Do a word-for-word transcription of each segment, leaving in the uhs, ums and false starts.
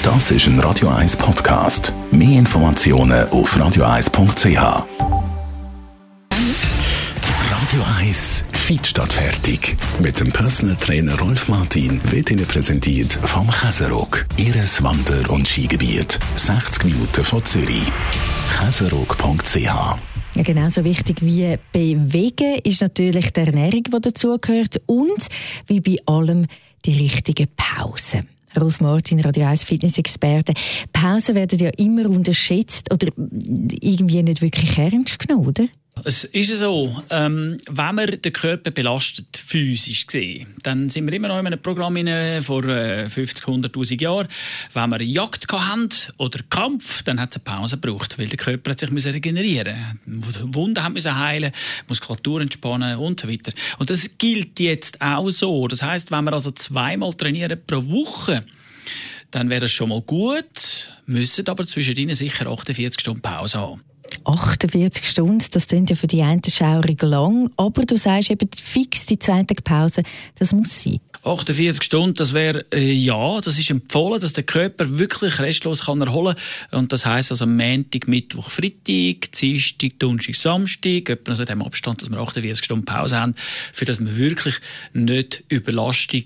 Das ist ein Radio eins Podcast. Mehr Informationen auf radio eins punkt c h. Radio eins Fit statt fertig. Mit dem Personal Trainer Rolf Martin wird Ihnen präsentiert vom Käserock. Ihres Wander- und Skigebiet. sechzig Minuten von Zürich. käserock punkt c h. Ja, genauso wichtig wie Bewegen ist natürlich die Ernährung, die dazugehört, und wie bei allem die richtige Pause. Rolf Martin, Radio eins Fitness-Experte. Pausen werden ja immer unterschätzt oder irgendwie nicht wirklich ernst genommen, oder? Es ist so, ähm, wenn man den Körper belastet, physisch gesehen, dann sind wir immer noch in einem Programm in, vor äh, fünfzig, hunderttausend Jahren. Wenn wir Jagd hatten oder Kampf, dann hat es eine Pause gebraucht, weil der Körper hat sich müssen regenerieren musste. Wunden haben müssen heilen, Muskulatur entspannen und so weiter. Und das gilt jetzt auch so. Das heisst, wenn wir also zweimal trainieren pro Woche, dann wäre das schon mal gut, müssen aber zwischendrin sicher achtundvierzig Stunden Pause haben. achtundvierzig Stunden, das klingt ja für die einen schaurig lang, aber du sagst eben fix die zwei Tage Pause, das muss sein. achtundvierzig Stunden, das wäre, äh, ja, das ist empfohlen, dass der Körper wirklich restlos kann erholen kann. Und das heisst also Montag, Mittwoch, Freitag, Dienstag, Donnerstag, Samstag, etwa so in dem Abstand, dass wir achtundvierzig Stunden Pause haben, für dass wir wirklich nicht Überlastungen,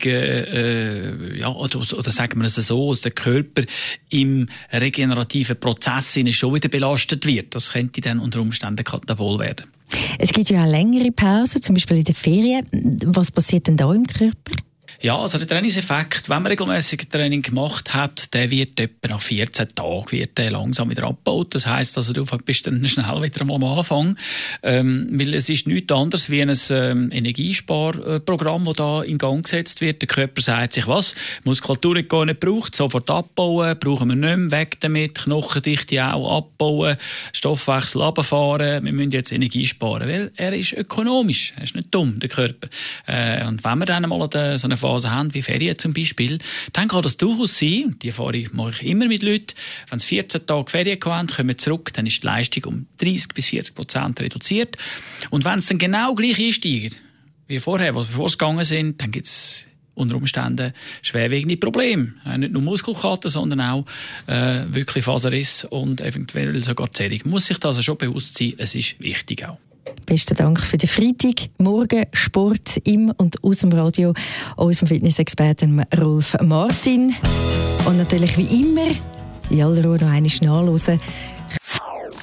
äh, ja, oder, oder sagen wir es so, dass der Körper im regenerativen Prozess schon wieder belastet wird. Das könnte dann unter Umständen Katabol werden. Es gibt ja auch längere Pausen, zum Beispiel in den Ferien. Was passiert denn da im Körper? Ja, also der Trainingseffekt, wenn man regelmäßig Training gemacht hat, der wird etwa nach vierzehn Tagen wird der langsam wieder abgebaut. Das heisst, also du bist dann schnell wieder einmal am Anfang, ähm, weil es ist nichts anderes wie ein ähm, Energiesparprogramm, das da in Gang gesetzt wird. Der Körper sagt sich, was, Muskulatur gar nicht braucht, sofort abbauen, brauchen wir nicht mehr, weg damit, Knochendichte auch abbauen, Stoffwechsel runterfahren, wir müssen jetzt Energie sparen, weil er ist ökonomisch, er ist nicht dumm, der Körper. Äh, und wenn wir dann einmal so eine Phase haben, wie Ferien zum Beispiel, dann kann das durchaus sein, und die Erfahrung mache ich immer mit Leuten, wenn sie vierzehn Tage Ferien haben, kommen wir zurück, dann ist die Leistung um dreißig bis vierzig Prozent reduziert. Und wenn es dann genau gleich einsteigt, wie vorher, wo wir vorgegangen sind, dann gibt es unter Umständen schwerwiegende Probleme. Nicht nur Muskelkater, sondern auch äh, wirklich Faserriss und eventuell sogar Zerrung. Man muss sich das also schon bewusst sein, es ist wichtig auch. Besten Dank für den Freitag. Morgen Sport im und aus dem Radio. Unserem Fitnessexperten Rolf Martin. Und natürlich wie immer, in aller Ruhe noch einmal nachhören.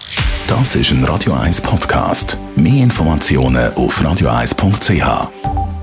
Das ist ein Radio eins Podcast. Mehr Informationen auf radio eins punkt c h.